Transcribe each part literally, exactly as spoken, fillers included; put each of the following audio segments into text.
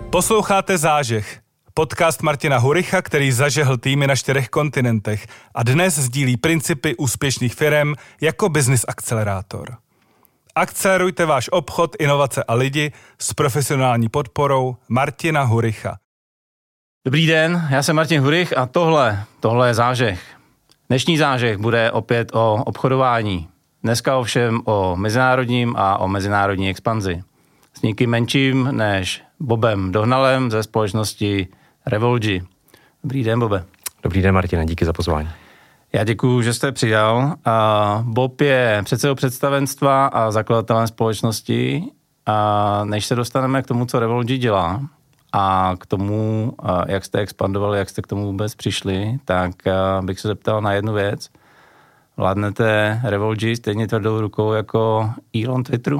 Posloucháte Zážeh, podcast Martina Huricha, který zažehl týmy na čtyřech kontinentech a dnes sdílí principy úspěšných firem jako business akcelerátor. Akcelerujte váš obchod, inovace a lidi s profesionální podporou Martina Huricha. Dobrý den, já jsem Martin Hurich a tohle, tohle je Zážeh. Dnešní Zážeh bude opět o obchodování. Dneska ovšem o mezinárodním a o mezinárodní expanzi. S někým menším než Bobem Dohnalem ze společnosti Revolgy. Dobrý den, Bobe. Dobrý den, Martine, díky za pozvání. Já děkuju, že jste přijal. Bob je předsedou představenstva a zakladatelem společnosti. A než se dostaneme k tomu, co Revolgy dělá a k tomu, jak jste expandovali, jak jste k tomu vůbec přišli, tak bych se zeptal na jednu věc. Vládnete Revolgy stejně tvrdou rukou jako Elon Twitteru?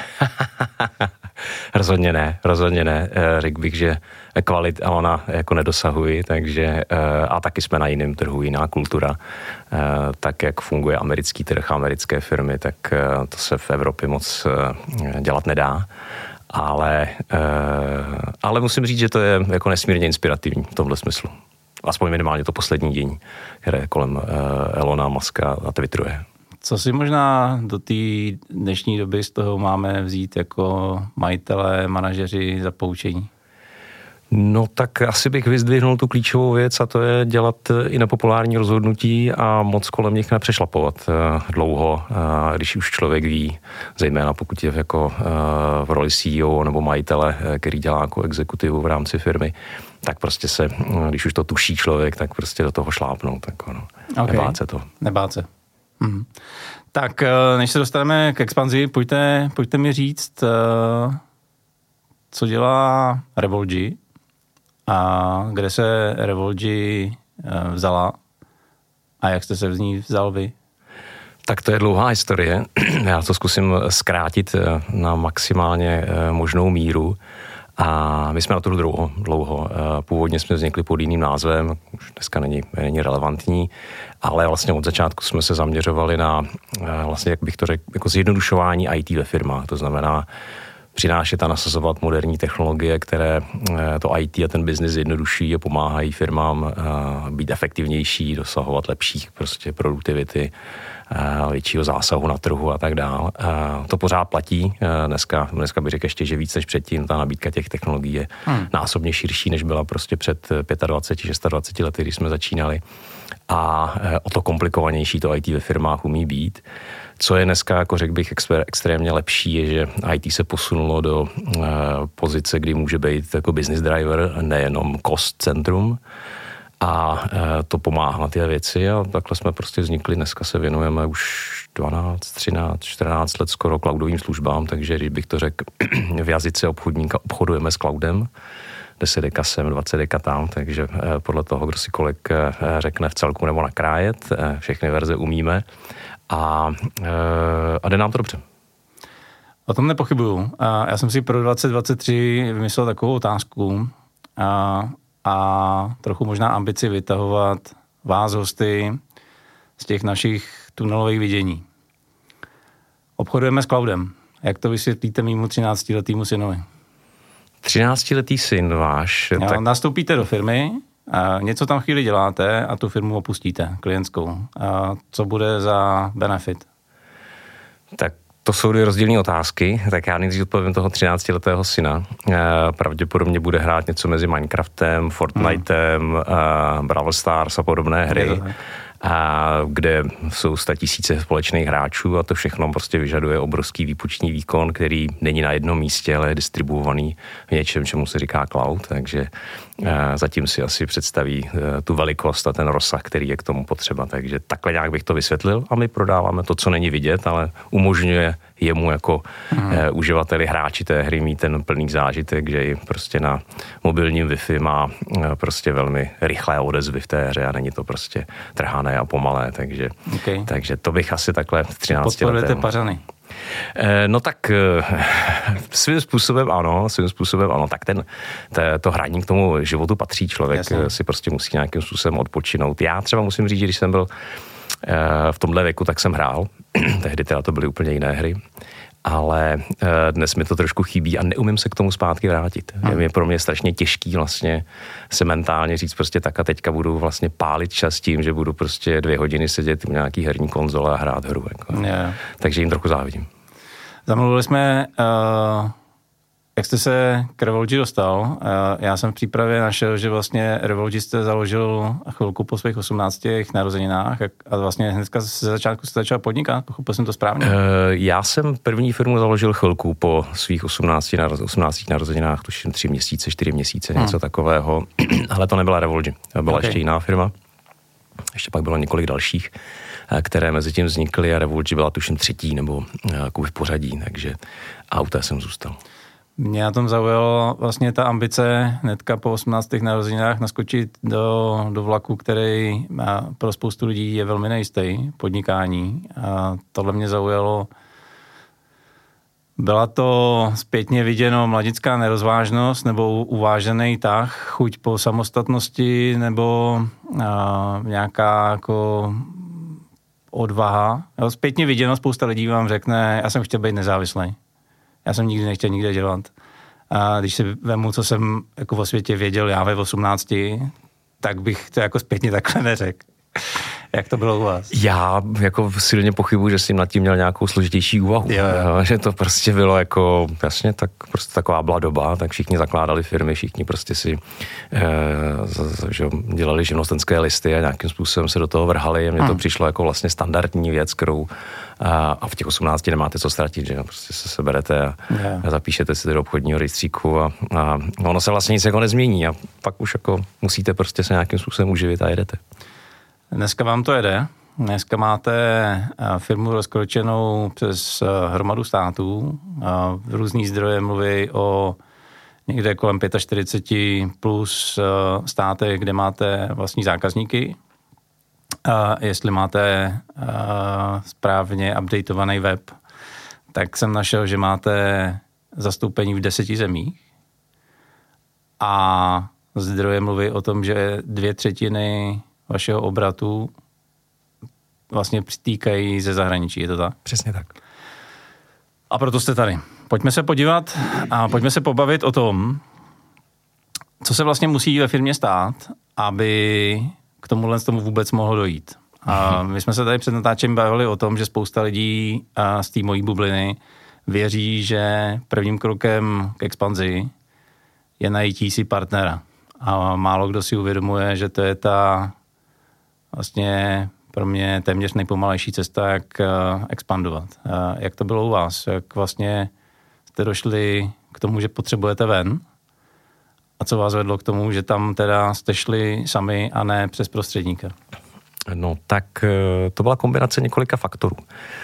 Rozhodně ne, rozhodně ne. Řekl bych, že kvalit Elona jako nedosahuji, takže a taky jsme na jiném trhu, jiná kultura. Tak, jak funguje americký trh a americké firmy, tak to se v Evropě moc dělat nedá. Ale, ale musím říct, že to je jako nesmírně inspirativní v tomhle smyslu. Aspoň minimálně to poslední dění, které kolem Elona Muska na Twitteru je. Co si možná do té dnešní doby z toho máme vzít jako majitelé, manažeři za poučení? No tak asi bych vyzdvihnul tu klíčovou věc a to je dělat i nepopulární rozhodnutí a moc kolem nich nepřešlapovat dlouho, když už člověk ví, zejména pokud je jako v roli C E O nebo majitele, který dělá jako exekutivu v rámci firmy, tak prostě se, když už to tuší člověk, tak prostě do toho šlápnout. Tak ono, okay. Nebát se to. Nebát se. Mhm. Tak než se dostaneme k expanzi, pojďte, pojďte mi říct, co dělá Revolgy a kde se Revolgy vzala a jak jste se z ní vzal vy? Tak to je dlouhá historie. Já to zkusím zkrátit na maximálně možnou míru. A my jsme na to dlouho, dlouho. Původně jsme vznikli pod jiným názvem, už dneska není, není relevantní, ale vlastně od začátku jsme se zaměřovali na, vlastně, jak bych to řekl, jako zjednodušování I T ve firmách. To znamená přinášet a nasazovat moderní technologie, které to I T a ten biznis zjednoduší a pomáhají firmám být efektivnější, dosahovat lepších prostě produktivity, většího zásahu na trhu a tak dál. To pořád platí. Dneska, dneska bych řekl ještě, že víc než předtím ta nabídka těch technologií je hmm. násobně širší, než byla prostě před dvacet pět šest lety, když jsme začínali. A o to komplikovanější to I T ve firmách umí být. Co je dneska, jako řekl bych, extrémně lepší, je, že I T se posunulo do pozice, kdy může být jako business driver, nejenom cost centrum. A to pomáhá na ty věci a takhle jsme prostě vznikli. Dneska se věnujeme už dvanáct, třináct, čtrnáct let skoro cloudovým službám, takže když bych to řekl v jazyce obchodníka, obchodujeme s cloudem. deset deka sem, dvacet deka tam, takže podle toho, kdo si kolik řekne v celku nebo nakrájet, všechny verze umíme a, a jde nám to dobře. O tom nepochybuju. Já jsem si pro dvacet dvacet tři vymyslel takovou otázku a a trochu možná ambici vytahovat vás, hosty, z těch našich tunelových vidění. Obchodujeme s cloudem. Jak to vysvětlíte mému třináctiletýmu synovi? třináctiletý syn váš. Jo, tak... Nastoupíte do firmy, a něco tam chvíli děláte a tu firmu opustíte, klientskou. A co bude za benefit? Tak to jsou dvě rozdílné otázky, tak já nejdřív odpovím toho třináctiletého syna. Pravděpodobně bude hrát něco mezi Minecraftem, Fortnitem, hmm. Brawl Stars a podobné hry, a kde jsou statisíce společných hráčů a to všechno prostě vyžaduje obrovský výpočtní výkon, který není na jednom místě, ale je distribuovaný v něčem, čemu se říká cloud, takže zatím si asi představí tu velikost a ten rozsah, který je k tomu potřeba, takže takhle nějak bych to vysvětlil a my prodáváme to, co není vidět, ale umožňuje jemu jako hmm. uh, uživateli, hráči té hry mít ten plný zážitek, že i prostě na mobilním Wi-Fi má uh, prostě velmi rychlé odezvy v té hře a není to prostě trhané a pomalé, takže, okay. takže to bych asi takhle v třinácti letém. Podporujete pařany? No tak svým způsobem ano, svým způsobem ano, tak ten, to hraní k tomu životu patří, člověk Jasně. si prostě musí nějakým způsobem odpočinout. Já třeba musím říct, že když jsem byl v tomhle věku, tak jsem hrál, tehdy teda to byly úplně jiné hry ale dnes mi to trošku chybí a neumím se k tomu zpátky vrátit. Hmm. Je pro mě strašně těžký vlastně se mentálně říct prostě tak a teďka budu vlastně pálit čas tím, že budu prostě dvě hodiny sedět v nějaký herní konzole a hrát hru. Jako. Yeah. Takže jim trochu závidím. Zamluvili jsme, uh, jak jste se k Revolugi dostal. Uh, já jsem v přípravě našel, že vlastně Revolugi jste založil chvilku po svých osmnácti narozeninách a vlastně hnedka ze začátku jste začal podnikat. Pochopil jsem to správně? Uh, já jsem první firmu založil chvilku po svých osmnácti narozeninách, tuším tři měsíce, čtyři měsíce, něco hmm. takového. Ale to nebyla Revolugi, to byla okay. ještě jiná firma. Ještě pak bylo několik dalších, které mezi tím vznikly a Revolugi byla tuším třetí nebo jako v pořadí, takže a u té jsem zůstal. Mě na tom zaujalo vlastně ta ambice hnedka po osmnácti narozeninách naskočit do, do vlaku, který pro spoustu lidí je velmi nejistý, podnikání. A tohle mě zaujalo. Byla to zpětně viděno mladická nerozvážnost nebo uvážený tah, chuť po samostatnosti nebo a, nějaká jako odvaha. Jo, zpětně viděno spousta lidí vám řekne, já jsem chtěl být nezávislý. Já jsem nikdy nechtěl nikde dělat. A když si vemu, co jsem jako o světě věděl já ve osmnácti, tak bych to jako zpětně takhle neřekl. Jak to bylo u vás? Já jako silně pochybuji, že jsem nad tím měl nějakou složitější úvahu. Jo, jo. Že to prostě bylo jako, jasně, tak prostě taková byla doba, tak všichni zakládali firmy, všichni prostě si eh, že dělali živnostenské listy a nějakým způsobem se do toho vrhali a mně to hmm. přišlo jako vlastně standardní věc, kterou a, a v těch osmnácti nemáte co ztratit, že prostě se seberete a, yeah. a zapíšete si do obchodního rejstříku a, a ono se vlastně nic jako nezmění a pak už jako musíte prostě se nějakým způsobem uživit a jedete. Dneska vám to jede. Dneska máte firmu rozkročenou přes hromadu států. Různý zdroje mluví o někde kolem čtyřicet pět plus státech, kde máte vlastní zákazníky. Jestli máte správně updateovaný web, tak jsem našel, že máte zastoupení v deseti zemích. A zdroje mluví o tom, že dvě třetiny vašeho obratu vlastně přitýkají ze zahraničí, je to tak? Přesně tak. A proto jste tady. Pojďme se podívat a pojďme se pobavit o tom, co se vlastně musí ve firmě stát, aby k tomuhle tomu vůbec mohlo dojít. A my jsme se tady před natáčením bavili o tom, že spousta lidí z té mojí bubliny věří, že prvním krokem k expanzi je najít si partnera. A málo kdo si uvědomuje, že to je ta vlastně pro mě téměř nejpomalejší cesta, jak expandovat. Jak to bylo u vás? Jak vlastně jste došli k tomu, že potřebujete ven? A co vás vedlo k tomu, že tam teda jste šli sami a ne přes prostředníka? No tak to byla kombinace několika faktorů.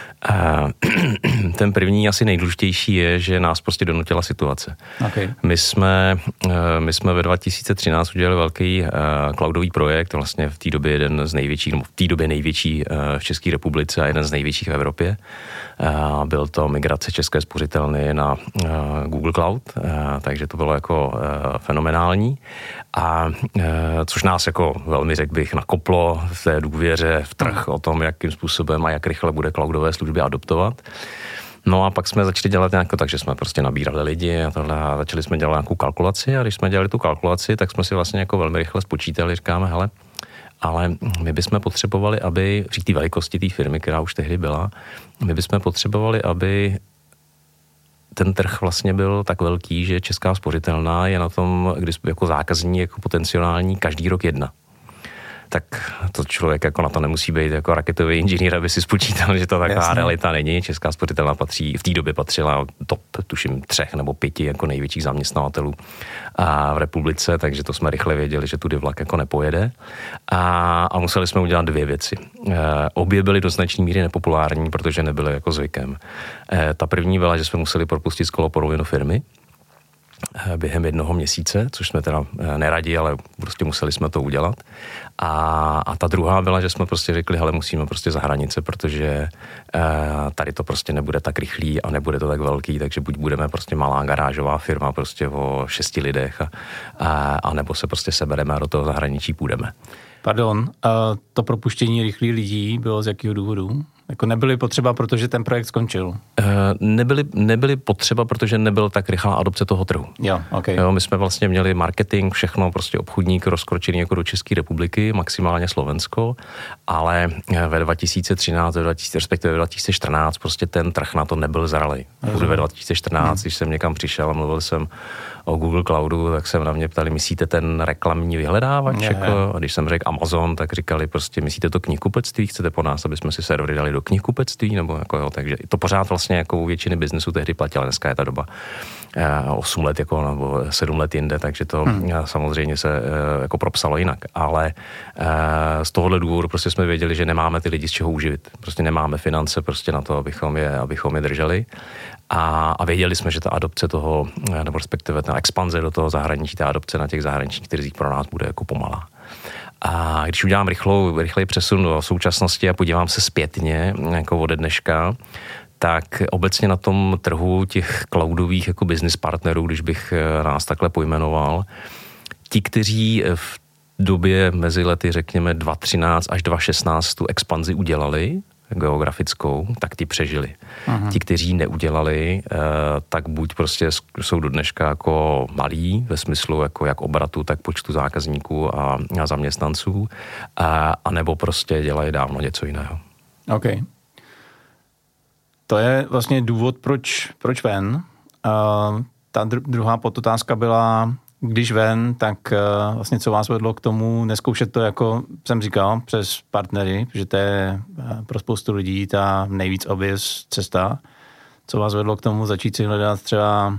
Ten první, asi nejdůležitější je, že nás prostě donutila situace. Okay. My jsme, my jsme ve dva tisíce třináct udělali velký cloudový projekt, vlastně v té době jeden z největších, v té době největší v České republice a jeden z největších v Evropě. Byl to migrace České spořitelny na Google Cloud, takže to bylo jako fenomenální. A což nás jako velmi, řekl bych, nakoplo v té důvěře v trh o tom, jakým způsobem a jak rychle bude cloudové služby adoptovat. No a pak jsme začali dělat nějako, takže jsme prostě nabírali lidi a tohle a začali jsme dělat nějakou kalkulaci a když jsme dělali tu kalkulaci, tak jsme si vlastně jako velmi rychle spočítali, říkáme, hele, ale my bychom potřebovali, aby při té velikosti té firmy, která už tehdy byla, my bychom potřebovali, aby ten trh vlastně byl tak velký, že Česká spořitelná je na tom, když jako zákazní, jako potenciální každý rok jedna. Tak to člověk jako na to nemusí být jako raketový inženýr, aby si spočítal, že to taková Jasně. realita není. Česká spořitelná patří, v té době patřila top, tuším, třech nebo pěti jako největších zaměstnavatelů a v republice, takže to jsme rychle věděli, že tudy vlak jako nepojede. A, a museli jsme udělat dvě věci. E, obě byly do značné míry nepopulární, protože nebyly jako zvykem. E, ta první byla, že jsme museli propustit skoro polovinu firmy během jednoho měsíce, což jsme teda neradi, ale prostě museli jsme to udělat. A, a ta druhá byla, že jsme prostě řekli, hele, musíme prostě za hranice, protože e, tady to prostě nebude tak rychlý a nebude to tak velký, takže buď budeme prostě malá garážová firma prostě o šesti lidech a, a, a nebo se prostě sebereme a do toho zahraničí půjdeme. Pardon, a to propuštění rychlých lidí bylo z jakého důvodu? Jako nebyly potřeba, protože ten projekt skončil? E, nebyly, nebyly potřeba, protože nebyl tak rychlá adopce toho trhu. Jo, okay. Jo, my jsme vlastně měli marketing, všechno, prostě obchodník rozkročený jako do České republiky, maximálně Slovensko, ale ve dva tisíce třináct, ve dva tisíce, respektive ve dva tisíce čtrnáct prostě ten trh na to nebyl zralej. Ve dva tisíce čtrnáct, hmm. když jsem někam přišel a mluvil jsem o Google Cloudu, tak se na mě ptali, myslíte ten reklamní vyhledávač? Je, jako? A když jsem řekl Amazon, tak říkali prostě, myslíte to knihkupectví, chcete po nás, aby jsme si servery dali do knihkupectví, nebo jako jo, takže to pořád vlastně jako u většiny biznesu tehdy platilo, dneska je ta doba osm let jako, nebo sedm let jinde, takže to hmm. samozřejmě se jako propsalo jinak, ale z tohohle důvodu prostě jsme věděli, že nemáme ty lidi z čeho uživit, prostě nemáme finance prostě na to, abychom je, abychom je drželi. A, a věděli jsme, že ta adopce toho, nebo respektive ta expanze do toho zahraničí, ta adopce na těch zahraničních trzích pro nás bude jako pomalá. A když udělám rychlou, rychlej přesun do současnosti a podívám se zpětně, jako ode dneška, tak obecně na tom trhu těch cloudových jako business partnerů, když bych nás takhle pojmenoval, ti, kteří v době mezi lety, řekněme, dva tisíce třináct až dva tisíce šestnáct tu expanzi udělali, geografickou, tak ti přežili. Aha. Ti, kteří neudělali, tak buď prostě jsou do dneška jako malí, ve smyslu jako jak obratu, tak počtu zákazníků a, a zaměstnanců, a, a nebo prostě dělají dávno něco jiného. OK. To je vlastně důvod, proč, proč ven. Uh, ta dru- druhá podotázka byla, když ven, tak uh, vlastně co vás vedlo k tomu neskoušet to, jako jsem říkal, přes partnery, že to je uh, pro spoustu lidí ta nejvíc obvious cesta. Co vás vedlo k tomu začít si hledat třeba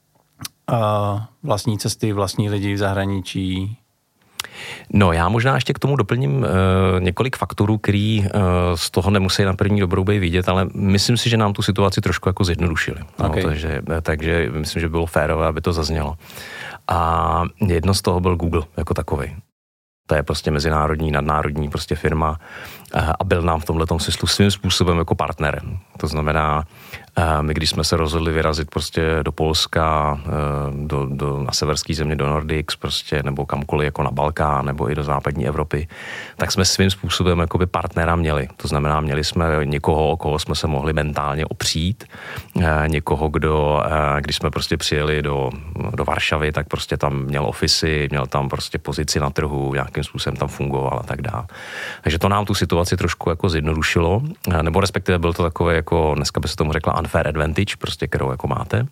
uh, vlastní cesty, vlastní lidi v zahraničí? No, já možná ještě k tomu doplním uh, několik faktorů, který uh, z toho nemusí na první dobrou být vidět, ale myslím si, že nám tu situaci trošku jako zjednodušili. Okay. No, takže, takže myslím, že bylo férové, aby to zaznělo. A jedno z toho byl Google jako takovej. To je prostě mezinárodní, nadnárodní prostě firma a byl nám v tomhletom smyslu svým způsobem jako partnerem. To znamená, my když jsme se rozhodli vyrazit prostě do Polska, do, do, na severský země, do Nordics prostě, nebo kamkoliv jako na Balkán, nebo i do západní Evropy, tak jsme svým způsobem jakoby partnera měli. To znamená, měli jsme někoho, o koho jsme se mohli mentálně opřít, někoho, kdo, když jsme prostě přijeli do, do Varšavy, tak prostě tam měl ofisy, měl tam prostě pozici na trhu, nějakým způsobem tam fungoval a tak dále. Takže to nám tu situaci trošku jako zjednodušilo, nebo respektive byl to takové jako, dneska by se tomu řekla unfair advantage, prostě kterou jako máte.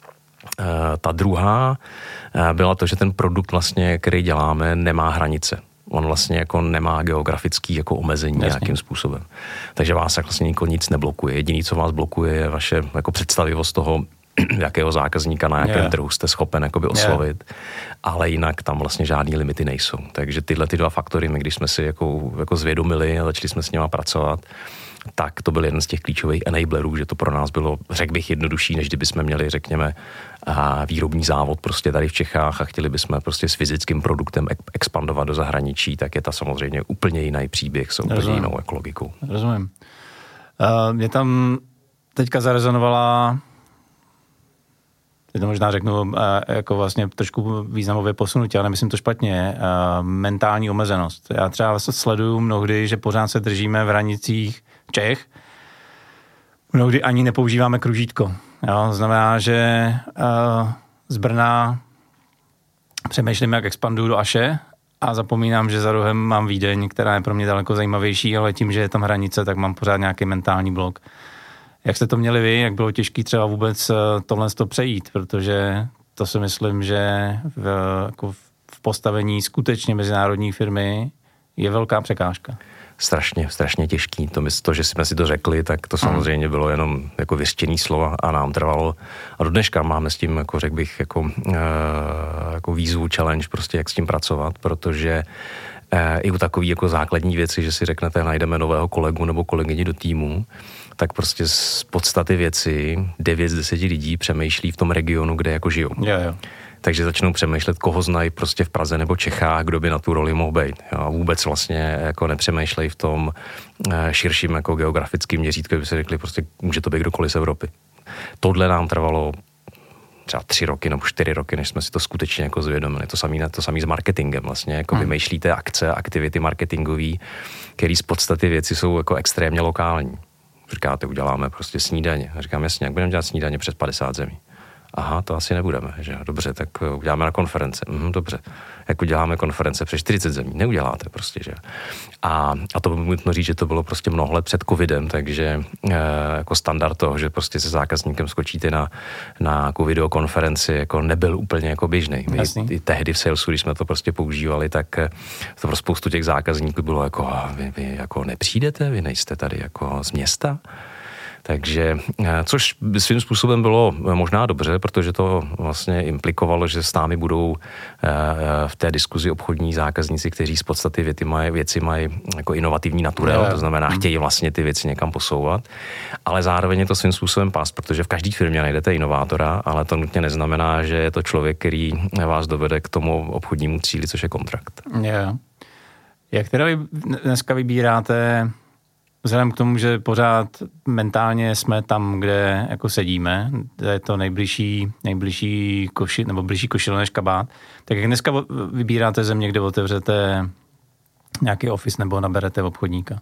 Ta druhá byla to, že ten produkt vlastně, který děláme, nemá hranice. On vlastně jako nemá geografický jako omezení Jasně. nějakým způsobem. Takže vás vlastně nikdo nic neblokuje. Jediný, co vás blokuje, je vaše jako představivost toho, jakého zákazníka na jakém yeah. trhu jste schopen jakoby oslovit, yeah. ale jinak tam vlastně žádný limity nejsou. Takže tyhle ty dva faktory, my když jsme si jako, jako zvědomili a začali jsme s nima pracovat, tak to byl jeden z těch klíčových enablerů, že to pro nás bylo, řekl bych, jednodušší, než kdyby jsme měli, řekněme, výrobní závod prostě tady v Čechách a chtěli bychom prostě s fyzickým produktem expandovat do zahraničí, tak je to samozřejmě úplně jiný příběh, s úplně Rozumím. jinou ekologikou. Rozumím. Uh, mě tam teďka zarezonovala, teď to možná řeknu uh, jako vlastně trošku významově posunutí, ale nemyslím to špatně, uh, mentální omezenost. Já třeba vlastně sleduju mnohdy, že pořád se držíme v hranicích Čech, mnohdy ani nepoužíváme kružítko. Jo? Znamená, že uh, z Brna přemýšlím, jak expanduju do Aše a zapomínám, že za rohem mám Vídeň, která je pro mě daleko zajímavější, ale tím, že je tam hranice, tak mám pořád nějaký mentální blok. Jak jste to měli vy? Jak bylo těžké třeba vůbec tohle to přejít? Protože to si myslím, že v, jako v postavení skutečně mezinárodní firmy je velká překážka. Strašně, strašně těžký. To, to, že jsme si to řekli, tak to samozřejmě bylo jenom jako vyřčený slova a nám trvalo. A do dneška máme s tím, jako řekl bych, jako, uh, jako výzvu, challenge, prostě jak s tím pracovat, protože uh, i u takový jako základní věci, že si řeknete, najdeme nového kolegu nebo kolegyni do týmu, tak prostě z podstaty věci devět z deseti lidí přemýšlí v tom regionu, kde jako žijou. Jo, jo. Takže začnou přemýšlet, koho znají prostě v Praze nebo Čechách, kdo by na tu roli mohl být. Jo, a vůbec vlastně jako nepřemýšlej v tom širším jako geografickým měřítku, by se řekli, prostě může to být kdokoliv z Evropy. Tohle nám trvalo třeba tři roky nebo čtyři roky, než jsme si to skutečně jako zvědomili. To samý, to samý s marketingem vlastně, jako hmm. vymýšlíte akce, aktivity marketingový, které z podstaty věci jsou jako extrémně lokální. říkáte, uděláme prostě snídaně. A říkám, jasně, jak budeme dělat snídaně přes padesát zemí? Aha, to asi nebudeme, že dobře, tak uděláme na konference. Mhm, dobře, jak uděláme konference přes čtyřicet zemí? Neuděláte prostě, že? A, a to nutno říct, že to bylo prostě mnoho let před covidem, takže e, jako standard toho, že prostě se zákazníkem skočíte na, na jako videokonferenci, jako nebyl úplně jako běžný. My i tehdy v salesu, když jsme to prostě používali, tak to pro spoustu těch zákazníků bylo jako, vy, vy jako nepřijdete, vy nejste tady jako z města. Takže, což svým způsobem bylo možná dobře, protože to vlastně implikovalo, že s námi budou v té diskuzi obchodní zákazníci, kteří z podstaty věci mají, věci mají jako inovativní naturel, to znamená, chtějí vlastně ty věci někam posouvat, ale zároveň je to svým způsobem pás, protože v každé firmě najdete inovátora, ale to nutně neznamená, že je to člověk, který vás dovede k tomu obchodnímu cíli, což je kontrakt. Yeah. Jak teda vy dneska vybíráte, vzhledem k tomu, že pořád mentálně jsme tam, kde jako sedíme, je to nejbližší, nejbližší koši, nebo blížší košile než kabát, tak jak dneska vybíráte země, kde otevřete nějaký office nebo naberete obchodníka?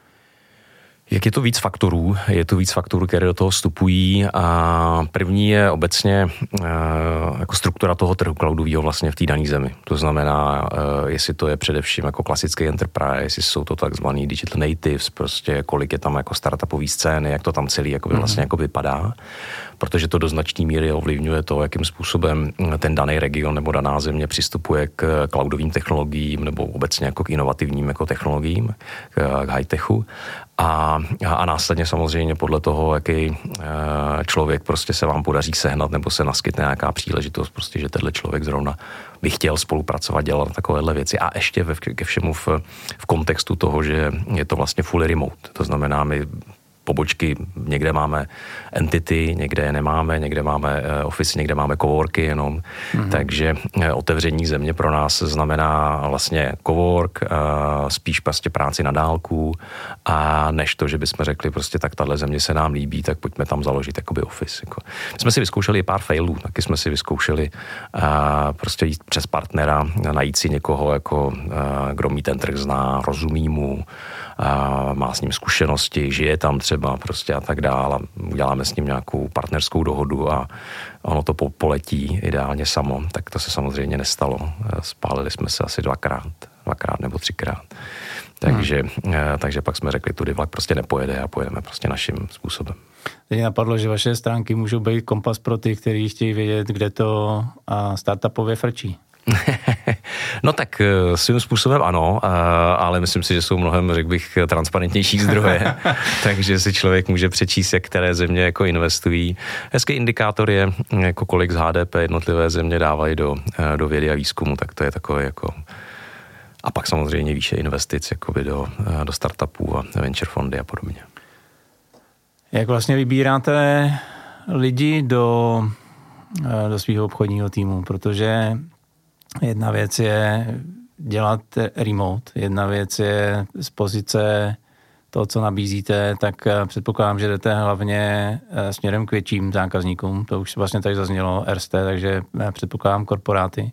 Jak je to víc faktorů, je to víc faktorů, které do toho vstupují a první je obecně e, jako struktura toho trhu cloudového vlastně v té dané zemi. To znamená, e, jestli to je především jako klasický enterprise, jestli jsou to takzvaný digital natives, prostě kolik je tam jako startupový scény, jak to tam celý jako mm-hmm. vlastně jako vypadá, protože to do značné míry ovlivňuje to, jakým způsobem ten daný region nebo daná země přistupuje k cloudovým technologiím nebo obecně jako k inovativním jako technologiím, k high-techu. A, a následně samozřejmě podle toho, jaký člověk prostě se vám podaří sehnat nebo se naskytne nějaká příležitost, prostě, že tenhle člověk zrovna by chtěl spolupracovat, dělat takovéhle věci a ještě ve, ke všemu v, v kontextu toho, že je to vlastně fully remote. To znamená, my pobočky, někde máme entity, někde je nemáme, někde máme office, někde máme coworky jenom, mm-hmm. takže otevření země pro nás znamená vlastně cowork, spíš prostě práci na dálku a než to, že bychom řekli prostě tak tahle země se nám líbí, tak pojďme tam založit jakoby office. Jako. Jsme si vyzkoušeli pár failů, taky jsme si vyzkoušeli prostě jít přes partnera, najít si někoho, jako, kdo mít ten trh zná, rozumí mu, má s ním zkušenosti, žije tam třeba prostě a tak dále. Uděláme s ním nějakou partnerskou dohodu a ono to poletí ideálně samo. Tak to se samozřejmě nestalo. Spálili jsme se asi dvakrát, dvakrát nebo třikrát. Takže, hmm. takže pak jsme řekli, tudy vlak prostě nepojede a pojedeme prostě naším způsobem. Teď napadlo, že vaše stránky můžou být kompas pro ty, kteří chtějí vědět, kde to startupově frčí. No tak svým způsobem ano, ale myslím si, že jsou mnohem, řekl bych, transparentnější zdroje, takže si člověk může přečíst, jak které země jako investují. Hezký indikátor je, jako kolik z H D P jednotlivé země dávají do, do vědy a výzkumu, tak to je takové jako... A pak samozřejmě výše investic jakoby do, do startupů a venture fondy a podobně. Jak vlastně vybíráte lidi do, do svého obchodního týmu, protože jedna věc je dělat remote, jedna věc je z pozice toho, co nabízíte, tak předpokládám, že jdete hlavně směrem k větším zákazníkům, to už vlastně tady zaznělo R S T, takže předpokládám korporáty.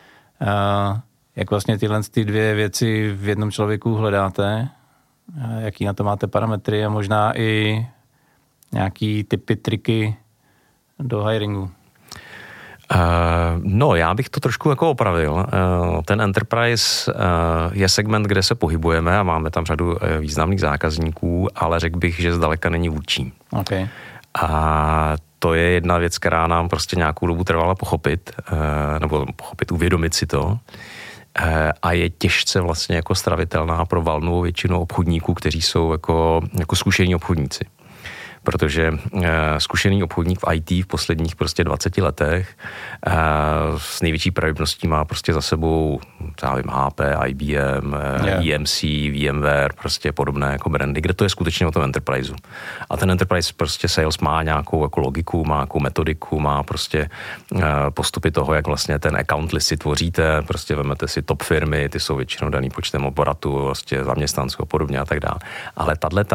Jak vlastně tyhle ty dvě věci v jednom člověku hledáte, jaký na to máte parametry a možná i nějaký typy, triky do hiringu? Uh, no, já bych to trošku jako opravil. Uh, ten enterprise uh, je segment, kde se pohybujeme a máme tam řadu uh, významných zákazníků, ale řekl bych, že zdaleka není vůdčí. Okay. A to je jedna věc, která nám prostě nějakou dobu trvala pochopit, uh, nebo pochopit, uvědomit si to. Uh, a je těžce vlastně jako stravitelná pro valnou většinu obchodníků, kteří jsou jako, jako zkušení obchodníci. Protože uh, zkušený obchodník v I T v posledních prostě dvaceti letech uh, s největší pravděpodobností má prostě za sebou, já vím, H P, I B M, yeah. E M C, VMware, prostě podobné jako brandy, kde to je skutečně o tom enterpriseu. A ten enterprise prostě sales má nějakou jako logiku, má nějakou metodiku, má prostě uh, postupy toho, jak vlastně ten account list si tvoříte, prostě vemete si top firmy, ty jsou většinou daný počtem oboratu, prostě zaměstnanců a podobně a tak dále. Ale tato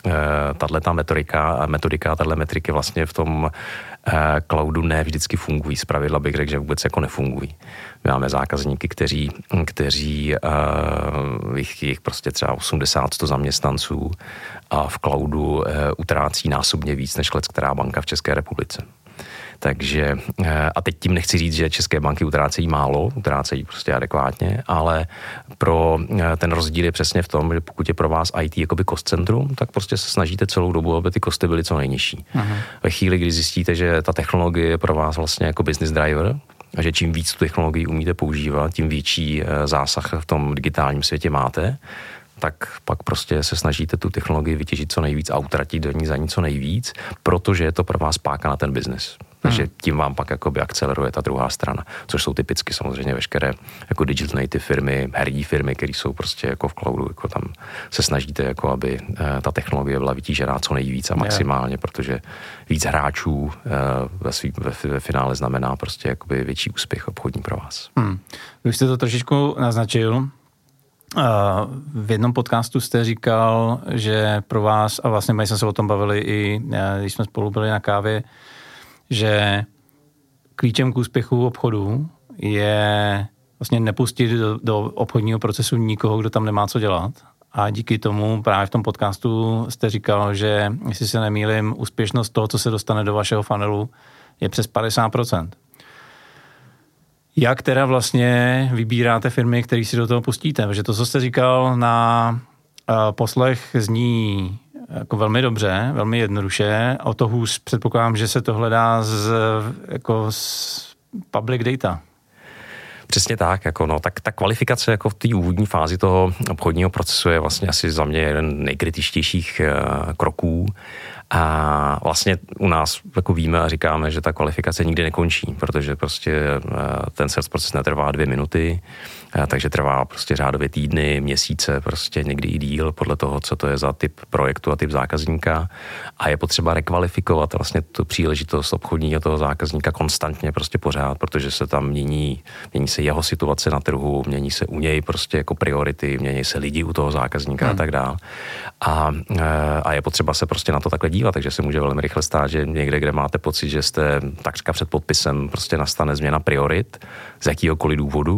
tato metodika, metodika, tato metriky vlastně v tom cloudu ne vždycky fungují. Zpravidla bych řekl, že vůbec jako nefungují. My máme zákazníky, kteří, kteří uh, jich, jich prostě třeba osmdesát sto zaměstnanců a v cloudu uh, utrácí násobně víc než která banka v České republice. Takže, a teď tím nechci říct, že české banky utrácejí málo, utrácejí prostě adekvátně, ale pro ten rozdíl je přesně v tom, že pokud je pro vás í té jakoby cost centrum, tak prostě se snažíte celou dobu, aby ty kosty byly co nejnižší. Aha. Ve chvíli, kdy zjistíte, že ta technologie je pro vás vlastně jako business driver, a že čím víc tu technologii umíte používat, tím větší zásah v tom digitálním světě máte, tak pak prostě se snažíte tu technologii vytěžit co nejvíc a utratit do ní za ní co nejvíc, protože je to pro vás páka na ten biznis. Takže tím vám pak jakoby akceleruje ta druhá strana, což jsou typicky samozřejmě veškeré jako digital native firmy, herní firmy, které jsou prostě jako v cloudu, jako tam se snažíte, jako aby ta technologie byla vytížená co nejvíc a maximálně, protože víc hráčů ve, svý, ve, ve finále znamená prostě jakoby větší úspěch obchodní pro vás. Hmm. Vy jste to trošičku naznačil. V jednom podcastu jste říkal, že pro vás, a vlastně my jsme se o tom bavili i když jsme spolu byli na kávě, že klíčem k úspěchu obchodu je vlastně nepustit do, do obchodního procesu nikoho, kdo tam nemá co dělat. A díky tomu právě v tom podcastu jste říkal, že, jestli se nemýlím, úspěšnost toho, co se dostane do vašeho funnelu, je přes padesát procent. Jak teda vlastně vybíráte firmy, které si do toho pustíte? Protože to, co jste říkal na uh, poslech, zní jako velmi dobře, velmi jednoduše. O to hůř předpokládám, že se to hledá z, jako z public data. Přesně tak, jako no, tak ta kvalifikace jako v té úvodní fázi toho obchodního procesu je vlastně asi za mě jeden z nejkritičtějších uh, kroků. A vlastně u nás jako víme a říkáme, že ta kvalifikace nikdy nekončí, protože prostě ten sales proces netrvá dvě minuty, takže trvá prostě řádově týdny, měsíce, prostě někdy i díl podle toho, co to je za typ projektu a typ zákazníka. A je potřeba rekvalifikovat vlastně tu příležitost obchodního toho zákazníka konstantně prostě pořád, protože se tam mění, mění se jeho situace na trhu, mění se u něj prostě jako priority, mění se lidi u toho zákazníka hmm. a tak dále. A, a je potřeba se prostě na to takhle dívat, takže se může velmi rychle stát, že někde, kde máte pocit, že jste takřka před podpisem, prostě nastane změna priorit z jakýhokoliv důvodu,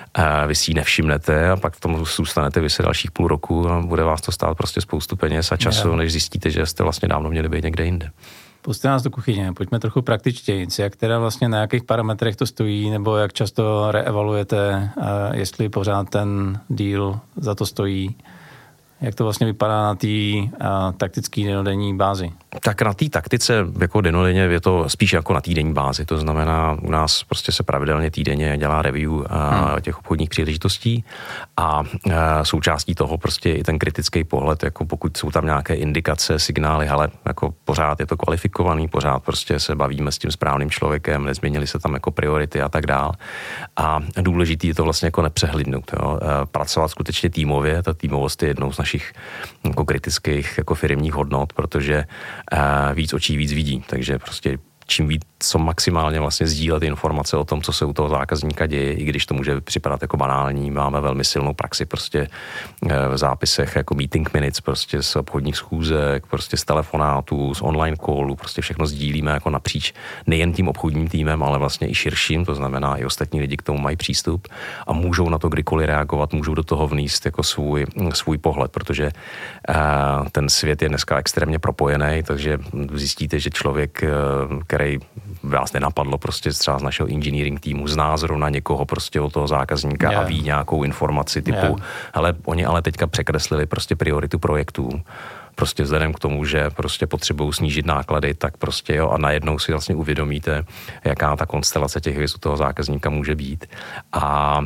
a vy si ji nevšimnete a pak v tom zůstanete vy se dalších půl roku a bude vás to stát prostě spoustu peněz a času, než zjistíte, že jste vlastně dávno měli být někde jinde. Pusťte nás do kuchyně, pojďme trochu praktičtěji. Jak teda vlastně na jakých parametrech to stojí, nebo jak často reevaluujete, jestli pořád ten deal za to stojí. Jak to vlastně vypadá na té taktické denodenní bázi? Tak na té taktice jako denodenně je to spíš jako na týdenní bázi. To znamená, u nás prostě se pravidelně týdenně dělá review hmm. těch obchodních příležitostí a součástí toho prostě i ten kritický pohled, jako pokud jsou tam nějaké indikace, signály, hele, jako pořád je to kvalifikovaný, pořád prostě se bavíme s tím správným člověkem, nezměnily se tam jako priority a tak dál. A důležitý je to vlastně jako nepřehlídnout. Jo. Pracovat skutečně týmově, ta týmovost je jednou z našich jako kritických jako firemních hodnot, protože uh, víc očí víc vidí, takže prostě čím víc, co maximálně vlastně sdílet informace o tom, co se u toho zákazníka děje, i když to může připadat jako banální, máme velmi silnou praxi prostě v zápisech jako meeting minutes, prostě z obchodních schůzek, prostě z telefonátů, z online callů, prostě všechno sdílíme jako napříč nejen tím obchodním týmem, ale vlastně i širším, to znamená i ostatní lidi k tomu mají přístup a můžou na to kdykoliv reagovat, můžou do toho vnést jako svůj, svůj pohled, protože uh, ten svět je dneska extrémně propojený, takže zjistíte, že člověk, uh, který vás nenapadlo prostě třeba z našeho engineering týmu, zná zrovna někoho prostě od toho zákazníka yeah. a ví nějakou informaci typu, yeah. hele, oni ale teďka překreslili prostě prioritu projektů, prostě vzhledem k tomu, že prostě potřebují snížit náklady, tak prostě jo a najednou si vlastně uvědomíte, jaká ta konstelace těch hvězd u toho zákazníka může být a,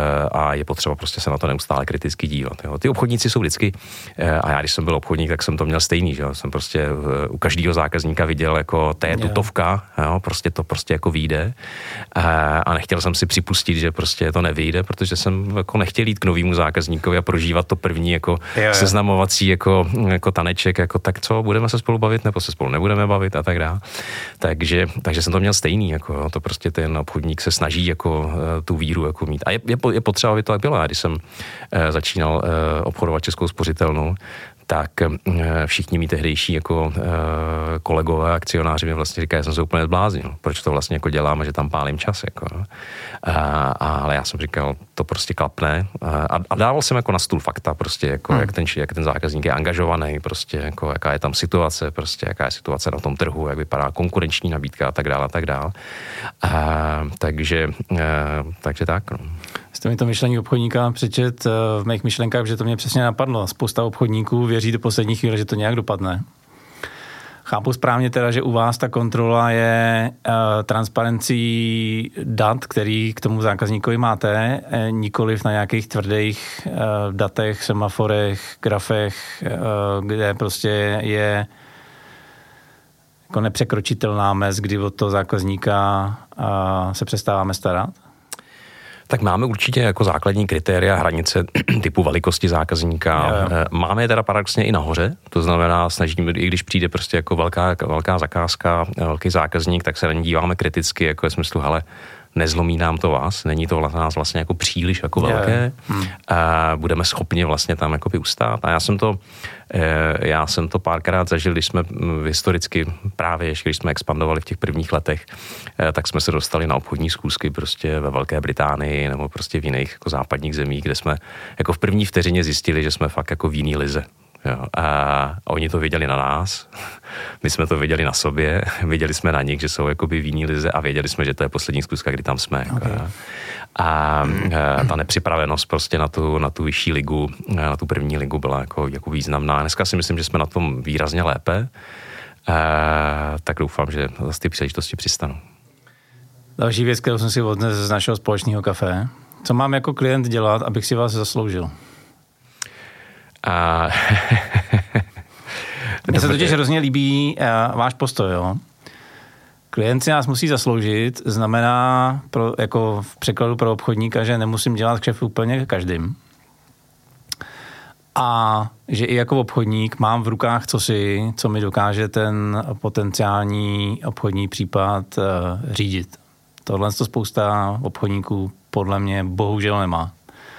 a je potřeba prostě se na to neustále kriticky dívat. Jo. Ty obchodníci jsou vždycky, a já když jsem byl obchodník, tak jsem to měl stejný, že jo. Jsem prostě u každého zákazníka viděl jako to je tutovka, jo, prostě to prostě jako vyjde a nechtěl jsem si připustit, že prostě to nevyjde, protože jsem jako nechtěl jít k novému zákazníkovi a prožívat to první jako jo, seznamovací jako, jako taneček, jako tak co, budeme se spolu bavit, nebo se spolu nebudeme bavit a tak dále. Takže, takže jsem to měl stejný, jako jo, to prostě ten obchodník se snaží jako tu víru jako mít. A je, je, je potřeba, aby to tak bylo. Já když jsem uh, začínal uh, obchodovat Českou spořitelnu, tak všichni mí tehdejší jako kolegové, akcionáři mi vlastně říkají, že jsem se úplně zbláznil, proč to vlastně jako děláme, že tam pálím čas. Jako. A, ale já jsem říkal, to prostě klapne. A, a dával jsem jako na stůl fakta, prostě jako hmm. jak, ten, jak ten zákazník je angažovaný, prostě jako jaká je tam situace, prostě jaká je situace na tom trhu, jak vypadá konkurenční nabídka a tak dále a tak dále. A, takže, a, takže tak. No. Jste mi to myšlení obchodníka přečet v mých myšlenkách, že to mě přesně napadlo. Spousta obchodníků věří do poslední chvíle, že to nějak dopadne. Chápu správně teda, že u vás ta kontrola je uh, transparencí dat, který k tomu zákazníkovi máte, eh, nikoliv na nějakých tvrdých uh, datech, semaforech, grafech, uh, kde prostě je jako nepřekročitelná mez, kdy od toho zákazníka uh, se přestáváme starat? Tak máme určitě jako základní kritéria hranice typu velikosti zákazníka. Jo, jo. Máme je teda paradoxně i nahoře, to znamená, snažíme, i když přijde prostě jako velká, velká zakázka, velký zákazník, tak se na ní díváme kriticky, jako je smyslu, hele, nezlomí nám to vás, není to nás vlastně jako příliš jako velké, hmm. a budeme schopni vlastně tam jako ustát. A já jsem to, já jsem to párkrát zažil, když jsme historicky právě, ještě když jsme expandovali v těch prvních letech, tak jsme se dostali na obchodní schůzky prostě ve Velké Británii nebo prostě v jiných jako západních zemích, kde jsme jako v první vteřině zjistili, že jsme fakt jako v jiný lize. Jo, a oni to viděli na nás, my jsme to viděli na sobě, viděli jsme na nich, že jsou jakoby v jiný lize a věděli jsme, že to je poslední zkuska, kdy tam jsme. Okay. A, a ta nepřipravenost prostě na tu, na tu vyšší ligu, na tu první ligu byla jako, jako významná. Dneska si myslím, že jsme na tom výrazně lépe, a, tak doufám, že zase ty příležitosti přistanou. Další věc, kterou jsem si odnesl z našeho společného kafe. Co mám jako klient dělat, abych si vás zasloužil? A... Mně se totiž hrozně líbí uh, váš postoj, jo. Klient si nás musí zasloužit, znamená pro, jako v překladu pro obchodníka, že nemusím dělat kšeft úplně každým. A že i jako obchodník mám v rukách cosi, co mi dokáže ten potenciální obchodní případ uh, řídit. Tohle to spousta obchodníků podle mě bohužel nemá.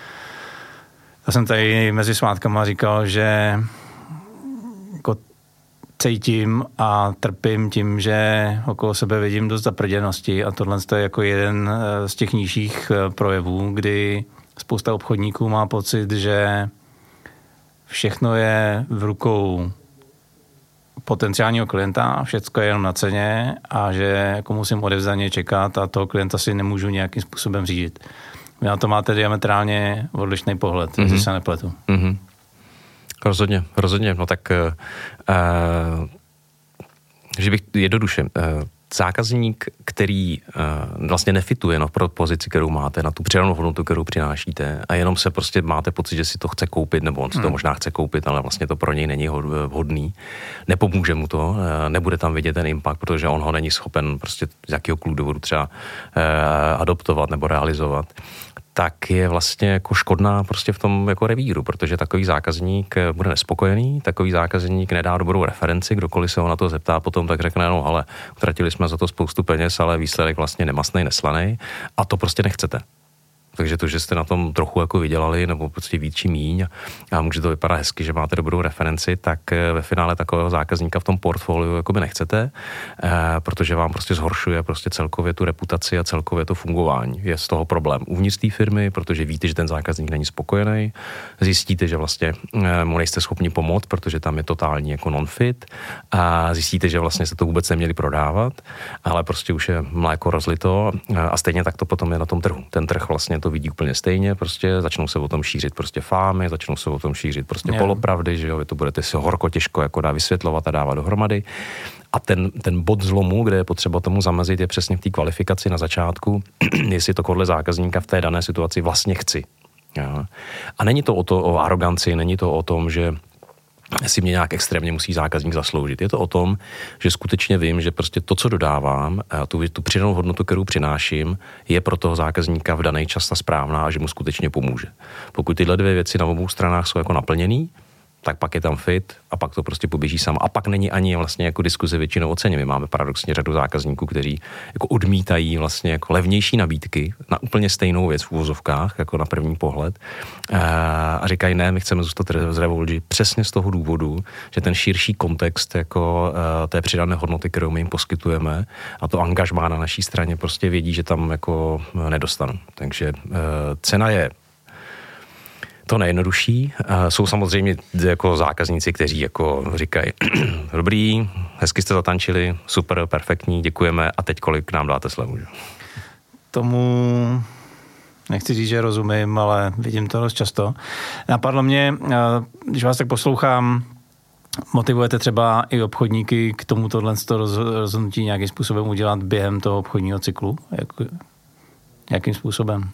Já jsem tady mezi svátkama říkal, že jako cítím a trpím tím, že okolo sebe vidím dost zaprděnosti a tohle je jako jeden z těch nižších projevů, kdy spousta obchodníků má pocit, že všechno je v rukou potenciálního klienta, všecko je jenom na ceně a že jako musím odevzdaně čekat a toho klienta si nemůžu nějakým způsobem řídit. Vy na to máte diametrálně odlišný pohled, mm-hmm. jestli se nepletu. Mm-hmm. Rozhodně, rozhodně. No tak, uh, že bych jednoduše, uh, zákazník, který uh, vlastně nefituje no, pro pozici, kterou máte, na tu přidanou hodnotu, kterou přinášíte a jenom se prostě máte pocit, že si to chce koupit, nebo on si to hmm. možná chce koupit, ale vlastně to pro něj není vhodný. Nepomůže mu to, uh, nebude tam vidět ten impact, protože on ho není schopen prostě z jakého důvodu třeba uh, adoptovat nebo realizovat, tak je vlastně jako škodná prostě v tom jako revíru, protože takový zákazník bude nespokojený, takový zákazník nedá dobrou referenci, kdokoliv se ho na to zeptá potom, tak řekne, no ale utratili jsme za to spoustu peněz, ale výsledek vlastně nemastnej, neslanej a to prostě nechcete. Takže to, že jste na tom trochu jako vydělali, nebo prostě víc či míň a může to vypadat hezky, že máte dobrou referenci, tak ve finále takového zákazníka v tom portfoliu jakoby nechcete, protože vám prostě zhoršuje prostě celkově tu reputaci a celkově to fungování. Je z toho problém uvnitř té firmy, protože víte, že ten zákazník není spokojený, zjistíte, že vlastně mu nejste schopni pomoct, protože tam je totální jako non-fit a zjistíte, že vlastně se to vůbec neměli prodávat, ale prostě už je mléko rozlito a stejně tak to potom je na tom trhu. Ten trh vlastně to vidí úplně stejně, prostě začnou se o tom šířit prostě fámy, začnou se o tom šířit prostě yeah. polopravdy, že jo, vy to budete si horko těžko jako dá vysvětlovat a dávat dohromady. A ten, ten bod zlomu, kde je potřeba tomu zamezit, je přesně v té kvalifikaci na začátku, jestli to podle zákazníka v té dané situaci vlastně chci. Jo. A není to o to o aroganci, není to o tom, že si mě nějak extrémně musí zákazník zasloužit. Je to o tom, že skutečně vím, že prostě to, co dodávám, a tu, tu přidanou hodnotu, kterou přináším, je pro toho zákazníka v daný čas ta správná a že mu skutečně pomůže. Pokud tyhle dvě věci na obou stranách jsou jako naplněný, tak pak je tam fit a pak to prostě poběží samo. A pak není ani vlastně jako diskuze většinou o ceně. My máme paradoxně řadu zákazníků, kteří jako odmítají vlastně jako levnější nabídky na úplně stejnou věc v uvozovkách, jako na první pohled. A říkají, ne, my chceme zůstat z Revolgy přesně z toho důvodu, že ten širší kontext jako té přidané hodnoty, kterou my jim poskytujeme, a to angažmá na naší straně, prostě vědí, že tam jako nedostanu. Takže cena je to nejjednodušší. Jsou samozřejmě jako zákazníci, kteří jako říkají, dobrý, hezky jste zatančili, super, perfektní, děkujeme a teď kolik nám dáte slevu. Tomu nechci říct, že rozumím, ale vidím to dost často. Napadlo mě, když vás tak poslouchám, motivujete třeba i obchodníky k tomu tohle rozhodnutí nějakým způsobem udělat během toho obchodního cyklu? Jak, jakým způsobem?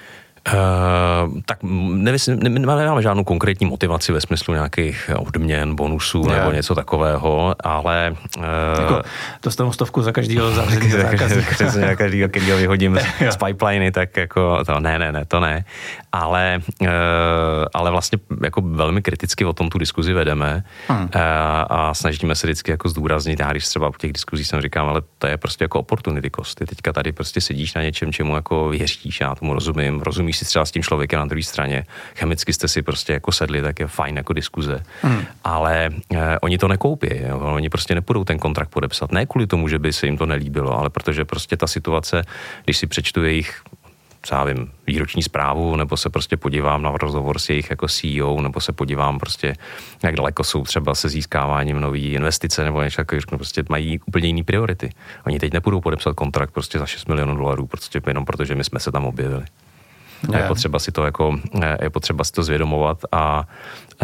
Uh, tak nevysím, ne, nemáme žádnou konkrétní motivaci ve smyslu nějakých odměn, bonusů yeah. nebo něco takového, ale... Uh, jako dostanu stovku za každýho zavřeného zákazníka. Přesně, každýho, kterýho vyhodím z pipeliny, tak jako to ne, ne, ne, to ne. Ale, uh, ale vlastně jako velmi kriticky o tom tu diskuzi vedeme hmm. uh, a snažíme se vždycky jako zdůraznit. Já když třeba u těch diskuzí jsem říkám, ale to je prostě jako opportunity cost. Ty teďka tady prostě sedíš na něčem, čemu jako věříš, já tomu rozumím, rozumíš si třeba s tím člověkem na druhé straně, chemicky jste si prostě jako sedli, tak je fajn jako diskuze, hmm. ale eh, oni to nekoupí, jo? Oni prostě nepůjdou ten kontrakt podepsat, ne kvůli tomu, že by se jim to nelíbilo, ale protože prostě ta situace, když si přečtu jejich třeba vím, výroční zprávu, nebo se prostě podívám na rozhovor s jejich jako C E O, nebo se podívám prostě, jak daleko jsou třeba se získáváním nový investice, nebo něco takového, prostě mají úplně jiný priority. Oni teď nepůjdou podepsat kontrakt prostě za šest milionů dolarů, prostě jenom protože my jsme se tam objevili. Je potřeba si to jako, je potřeba si to zvědomovat a e,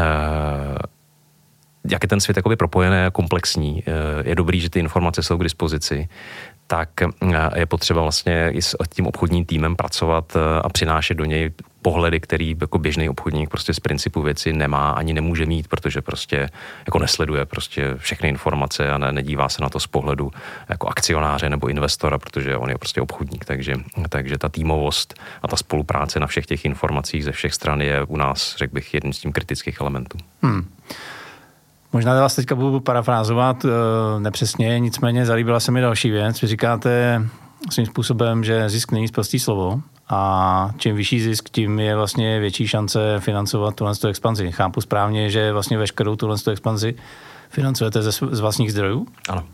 jak je ten svět jakoby propojený a komplexní, je dobrý, že ty informace jsou k dispozici, tak je potřeba vlastně i s tím obchodním týmem pracovat a přinášet do něj pohledy, který jako běžný obchodník prostě z principu věci nemá ani nemůže mít, protože prostě jako nesleduje prostě všechny informace a ne, nedívá se na to z pohledu jako akcionáře nebo investora, protože on je prostě obchodník, takže, takže ta týmovost a ta spolupráce na všech těch informacích ze všech stran je u nás, řekl bych, jedním z tím kritických elementů. Hmm. Možná vás teďka budu parafrázovat nepřesně, nicméně zalíbila se mi další věc. Vy říkáte svým způsobem, že zisk není prostý slovo a čím vyšší zisk, tím je vlastně větší šance financovat tuhle expanzi. Chápu správně, že vlastně veškerou tuhle expanzi financujete ze, z vlastních zdrojů? Ano.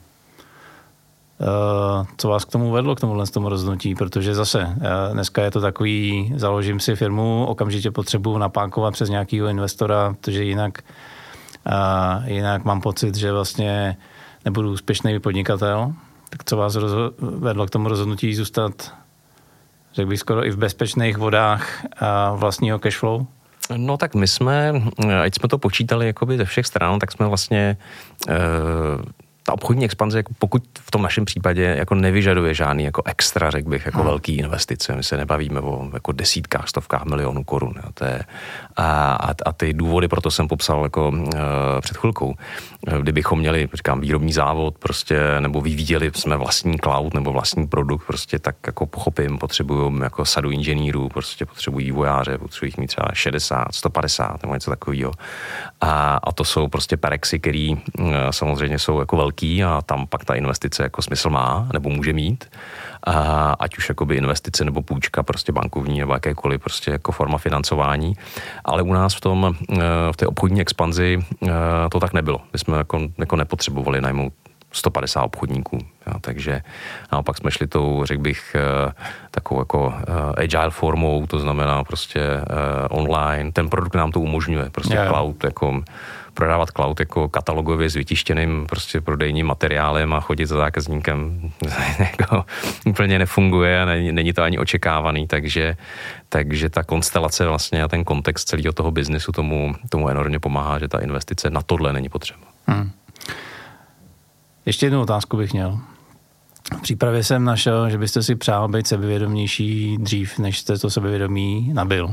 Co vás k tomu vedlo, k tomuhle tomu rozhodnutí? Protože zase dneska je to takový, založím si firmu, okamžitě potřebuji napákovat přes nějakého investora, protože jinak A jinak mám pocit, že vlastně nebudu úspěšný podnikatel. Tak co vás rozho- vedlo k tomu rozhodnutí zůstat, řekl bych, skoro i v bezpečných vodách vlastního cashflow? No tak my jsme, ať jsme to počítali jakoby ze všech stran, tak jsme vlastně e, ta obchodní expanze, jako pokud v tom našem případě jako nevyžaduje žádný jako extra, řekl bych, jako hmm. velký investice. My se nebavíme o jako desítkách, stovkách milionů korun. Jo. To je, a, a ty důvody, proto jsem popsal jako uh, před chvilkou. Kdybychom měli, říkám, výrobní závod, prostě, nebo vyvíjeli jsme vlastní cloud nebo vlastní produkt, prostě tak jako pochopím, potřebují jako sadu inženýrů, prostě potřebují vojáře, potřebují jich mít třeba šedesát, sto padesát nebo něco takového. A, a to jsou prostě perexy, který uh, samozřejmě jsou jako velký a tam pak ta investice jako smysl má, nebo může mít, a ať už jakoby investice nebo půjčka prostě bankovní nebo jakékoliv prostě jako forma financování, ale u nás v tom, v té obchodní expanzi to tak nebylo. My jsme jako, jako nepotřebovali najmout sto padesát obchodníků, ja, takže naopak jsme šli tou, řekl bych, takovou jako agile formou, to znamená prostě online, ten produkt nám to umožňuje, prostě yeah. cloud, jako prodávat cloud jako katalogově s vytištěným prostě prodejním materiálem a chodit za zákazníkem jako úplně nefunguje a není, není to ani očekávaný, takže, takže ta konstelace vlastně a ten kontext celého toho biznesu tomu, tomu enormně pomáhá, že ta investice na tohle není potřeba. Hmm. Ještě jednu otázku bych měl. V přípravě jsem našel, že byste si přál být sebevědomější dřív, než jste to sebevědomí nabyl.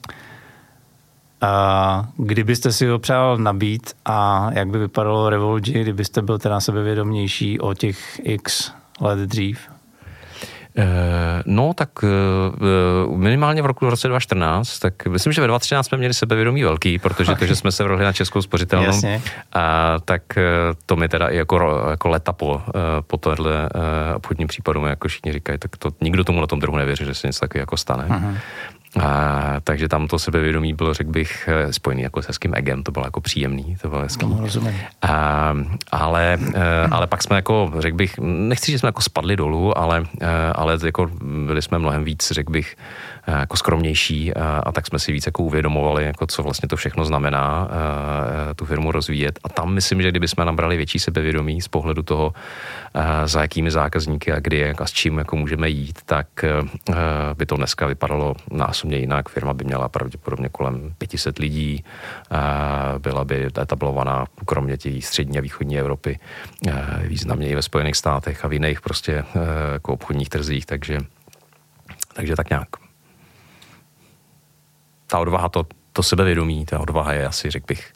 A kdybyste si ho přál nabít a jak by vypadalo Revolgy, kdybyste byl teda sebevědomější o těch x let dřív? No, tak minimálně v roku v roce dva tisíce čtrnáct, tak myslím, že ve dva tisíce třináct jsme měli sebevědomí velký, protože okay. to, že jsme se vrhli na Českou spořitelnu, a tak to mi teda i jako, jako leta po, po tohle obchodním případu, jako všichni říkají, tak to nikdo tomu na tom trhu nevěří, že se něco takového jako stane. Uh-huh. A, takže tam to sebevědomí bylo, řekl bych, spojený jako s hezkým egem, to bylo jako příjemný, to bylo hezký. No, rozumím. A, ale, ale pak jsme jako, řekl bych, nechci, že jsme jako spadli dolů, ale, ale jako byli jsme mnohem víc, řekl bych, jako skromnější a, a tak jsme si víc jako uvědomovali, jako co vlastně to všechno znamená a, tu firmu rozvíjet. A tam myslím, že kdyby jsme nabrali větší sebevědomí z pohledu toho, a, za jakými zákazníky a kdy a s čím jako můžeme jít, tak a, by to dneska vypadalo násobně jinak. Firma by měla pravděpodobně kolem pět set lidí, a, byla by etablovaná kromě těch střední a východní Evropy a, významně i ve Spojených státech a v jiných prostě a, jako obchodních trzích, takže, takže tak nějak. Ta odvaha, to, to sebevědomí, ta odvaha je asi, řekl bych,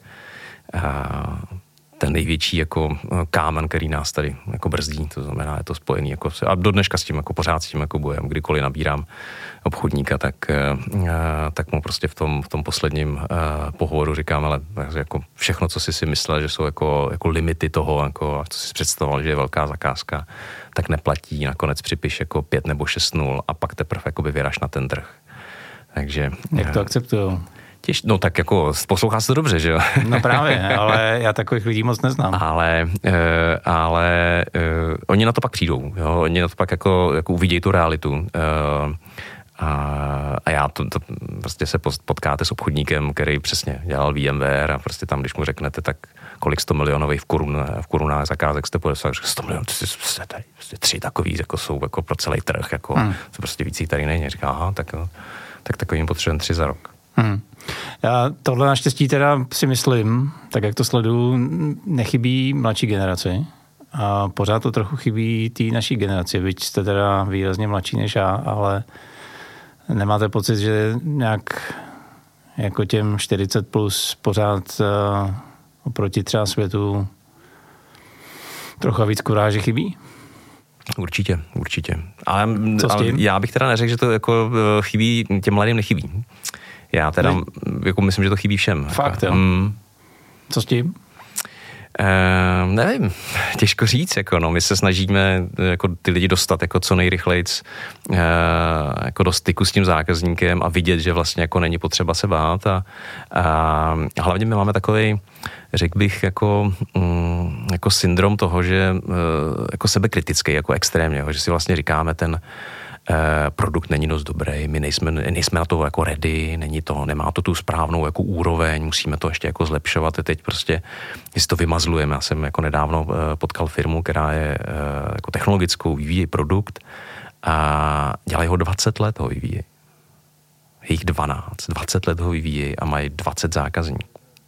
ten největší jako kámen, který nás tady jako brzdí, to znamená, je to spojený jako, a do dneška s tím jako pořád s tím jako bojem, kdykoliv nabírám obchodníka, tak, tak mu prostě v tom, v tom posledním pohovoru říkám, ale jako všechno, co jsi si myslel, že jsou jako, jako limity toho, jako, co jsi představoval, že je velká zakázka, tak neplatí, nakonec připiš jako pět nebo šest nul a pak teprve jakoby vyraš na ten trh. Takže, jak to akceptujou? Těž, no tak jako poslouchá se to dobře, že jo? No právě, ale já takových lidí moc neznám. Ale, e, ale e, oni na to pak přijdou, jo? Oni na to pak jako, jako uvidějí tu realitu. E, a, a já to, to prostě se potkáte s obchodníkem, který přesně dělal V M ware a prostě tam, když mu řeknete, tak kolik sto milionových v, korun, v korunách zakázek jste podepsali, sto milionů, to je tady, prostě tři takový, jako jsou jako pro celý trh, jako, hmm. to prostě víc tady není. Říká, aha, tak jo. Tak takovým potřebujeme tři za rok. Hmm. Já tohle naštěstí teda si myslím, tak jak to sleduju, nechybí mladší generaci a pořád to trochu chybí té naší generaci, byť jste teda výrazně mladší než já, ale nemáte pocit, že nějak jako těm čtyřicet plus pořád uh, oproti třeba světu trochu víc kuráže chybí? Určitě, určitě. Ale, ale já bych teda neřekl, že to jako chybí, těm mladým nechybí. Já teda ne. jako myslím, že to chybí všem. Fakt, jo. Mm. Co s tím? E, nevím, těžko říct, jako no, my se snažíme jako ty lidi dostat jako co nejrychlejc e, jako do styku s tím zákazníkem a vidět, že vlastně jako není potřeba se bát a, a hlavně my máme takovej, řekl bych, jako, mm, jako syndrom toho, že jako sebekritický, jako extrémně, že si vlastně říkáme, ten eh, produkt není dost dobrý, my nejsme, nejsme na to jako ready, není to, nemá to tu správnou jako úroveň, musíme to ještě jako zlepšovat, teď prostě, jestli to vymazlujeme. Já jsem jako nedávno eh, potkal firmu, která je eh, jako technologickou, vyvíjí produkt a dělají ho dvacet let, ho vyvíjí. Jich dvanáct, dvacet let ho vyvíjí a mají dvacet zákazníků.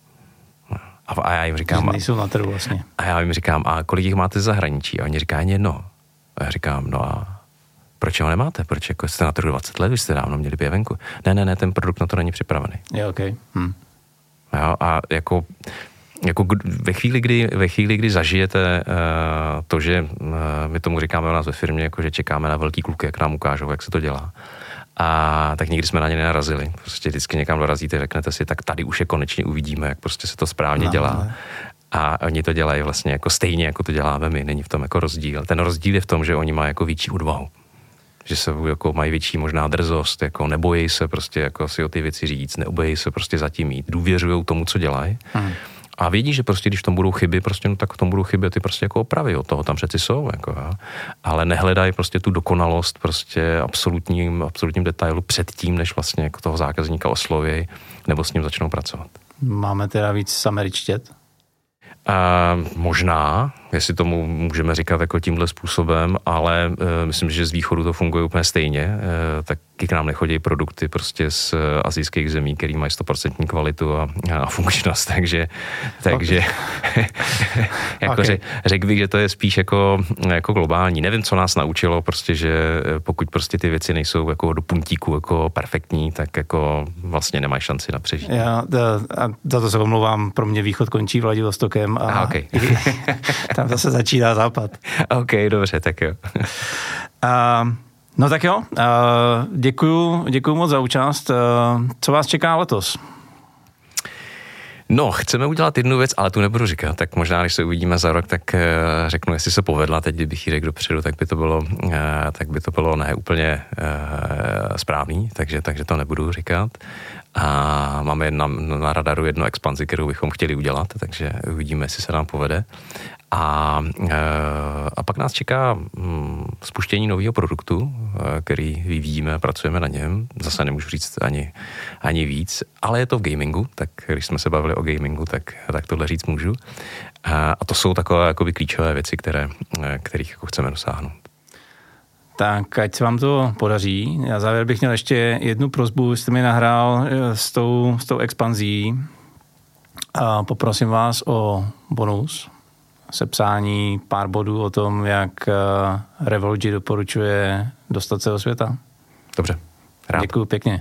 A já jim říkám... Nejsou na trhu vlastně. A já jim říkám, a kolik jich máte z zahraničí? A oni říkají jedno. A já říkám, no a proč ho nemáte? Proč jako jste na trhu dvacet let, vy jste dávno měli pěvenku? Ne, ne, ne, ten produkt na to není připravený. Je okej. Okay. Hm. Jo, a jako, jako ve chvíli, kdy, ve chvíli, kdy zažijete uh, to, že uh, my tomu říkáme u nás ve firmě, jako že čekáme na velký kluky, jak nám ukážou, jak se to dělá. A tak nikdy jsme na ně nenarazili. Prostě vždycky někam dorazíte, řeknete si, tak tady už je konečně uvidíme, jak prostě se to správně no, dělá. Ne. A oni to dělají vlastně jako stejně, jako to děláme my. Není v tom jako rozdíl. Ten rozdíl je v tom, že oni mají jako větší odvahu. Že se jako mají větší možná drzost, jako nebojí se prostě jako si o ty věci říct, neobojí se prostě zatím jít, důvěřují tomu, co dělají. Hmm. A vědí, že prostě, když tam budou chyby, prostě, no, tak v tom budou chyby, ty prostě jako opravy, od toho tam přeci jsou, jako, ja. Ale nehledají prostě tu dokonalost prostě absolutním, absolutním detailu před tím, než vlastně jako toho zákazníka osloví nebo s ním začnou pracovat. Máme teda víc sameričtět? Uh, možná, jestli tomu můžeme říkat jako tímhle způsobem, ale uh, myslím, že z východu to funguje úplně stejně. Uh, taky k nám nechodí produkty prostě z uh, asijských zemí, který mají sto procent kvalitu a, a funkčnost, takže, takže okay. jako okay. řek, řekl bych, že to je spíš jako, jako globální. Nevím, co nás naučilo, prostě, že pokud prostě ty věci nejsou jako do puntíku jako perfektní, tak jako vlastně nemají šanci na přežití. Já a za to se omlouvám, pro mě východ končí Vladivostokem a ah, okay. tam zase začíná západ. OK, dobře, tak jo. A No tak jo, děkuju, děkuju moc za účast. Co vás čeká letos? No, chceme udělat jednu věc, ale tu nebudu říkat, tak možná, když se uvidíme za rok, tak řeknu, jestli se povedla. Teď, kdybych ji řekl dopředu, tak by to bylo, tak by to bylo ne úplně správný, takže, takže to nebudu říkat. A máme na, na radaru jednu expanzi, kterou bychom chtěli udělat, takže uvidíme, jestli se nám povede. A, a pak nás čeká spuštění nového produktu, který vyvíjíme, pracujeme na něm. Zase nemůžu říct ani, ani víc, ale je to v gamingu, tak když jsme se bavili o gamingu, tak, tak tohle říct můžu. A to jsou takové jakoby klíčové věci, které, kterých jako chceme dosáhnout. Tak ať se vám to podaří. Na závěr bych měl ještě jednu prosbu, jste mi nahrál s tou, s tou expanzí. A poprosím vás o bonus, sepsání pár bodů o tom, jak Revolugi doporučuje dostat se do světa. Dobře, rád. Děkuju pěkně.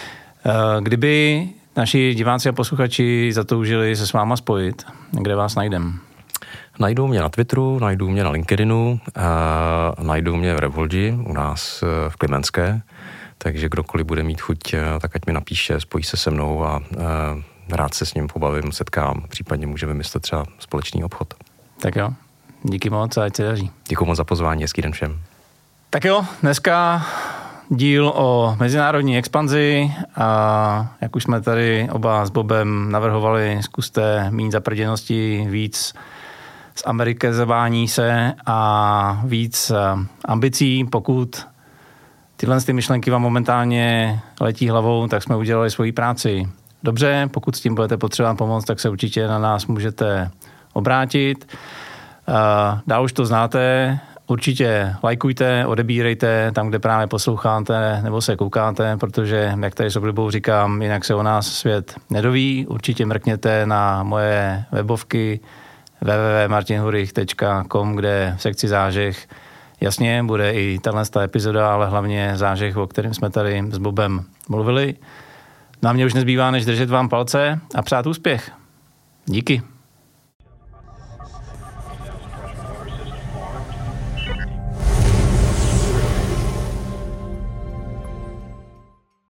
Kdyby naši diváci a posluchači zatoužili se s váma spojit, kde vás najdem? Najdou mě na Twitteru, najdou mě na LinkedInu, uh, najdou mě v Revolgi, u nás uh, v Klimenské, takže kdokoliv bude mít chuť, uh, tak ať mi napíše, spojí se se mnou a uh, rád se s ním pobavím, setkám, případně můžeme vymyslet třeba společný obchod. Tak jo, díky moc a ať se daří. Děkuji moc za pozvání, hezký den všem. Tak jo, dneska díl o mezinárodní expanzi a jak už jsme tady oba s Bobem navrhovali, zkuste mít zaprděnosti víc z amerikezování se a víc ambicí. Pokud tyhle ty myšlenky vám momentálně letí hlavou, tak jsme udělali svoji práci dobře. Pokud s tím budete potřebovat pomoc, tak se určitě na nás můžete obrátit. Dál už to znáte. Určitě lajkujte, odebírejte tam, kde právě posloucháte nebo se koukáte, protože, jak tady s oblibou říkám, jinak se o nás svět nedoví. Určitě mrkněte na moje webovky w w w tečka martin hurich tečka com, kde v sekci zážeh jasně bude i tato epizoda, ale hlavně zážeh, o kterém jsme tady s Bobem mluvili. No a mě už nezbývá, než držet vám palce a přát úspěch. Díky.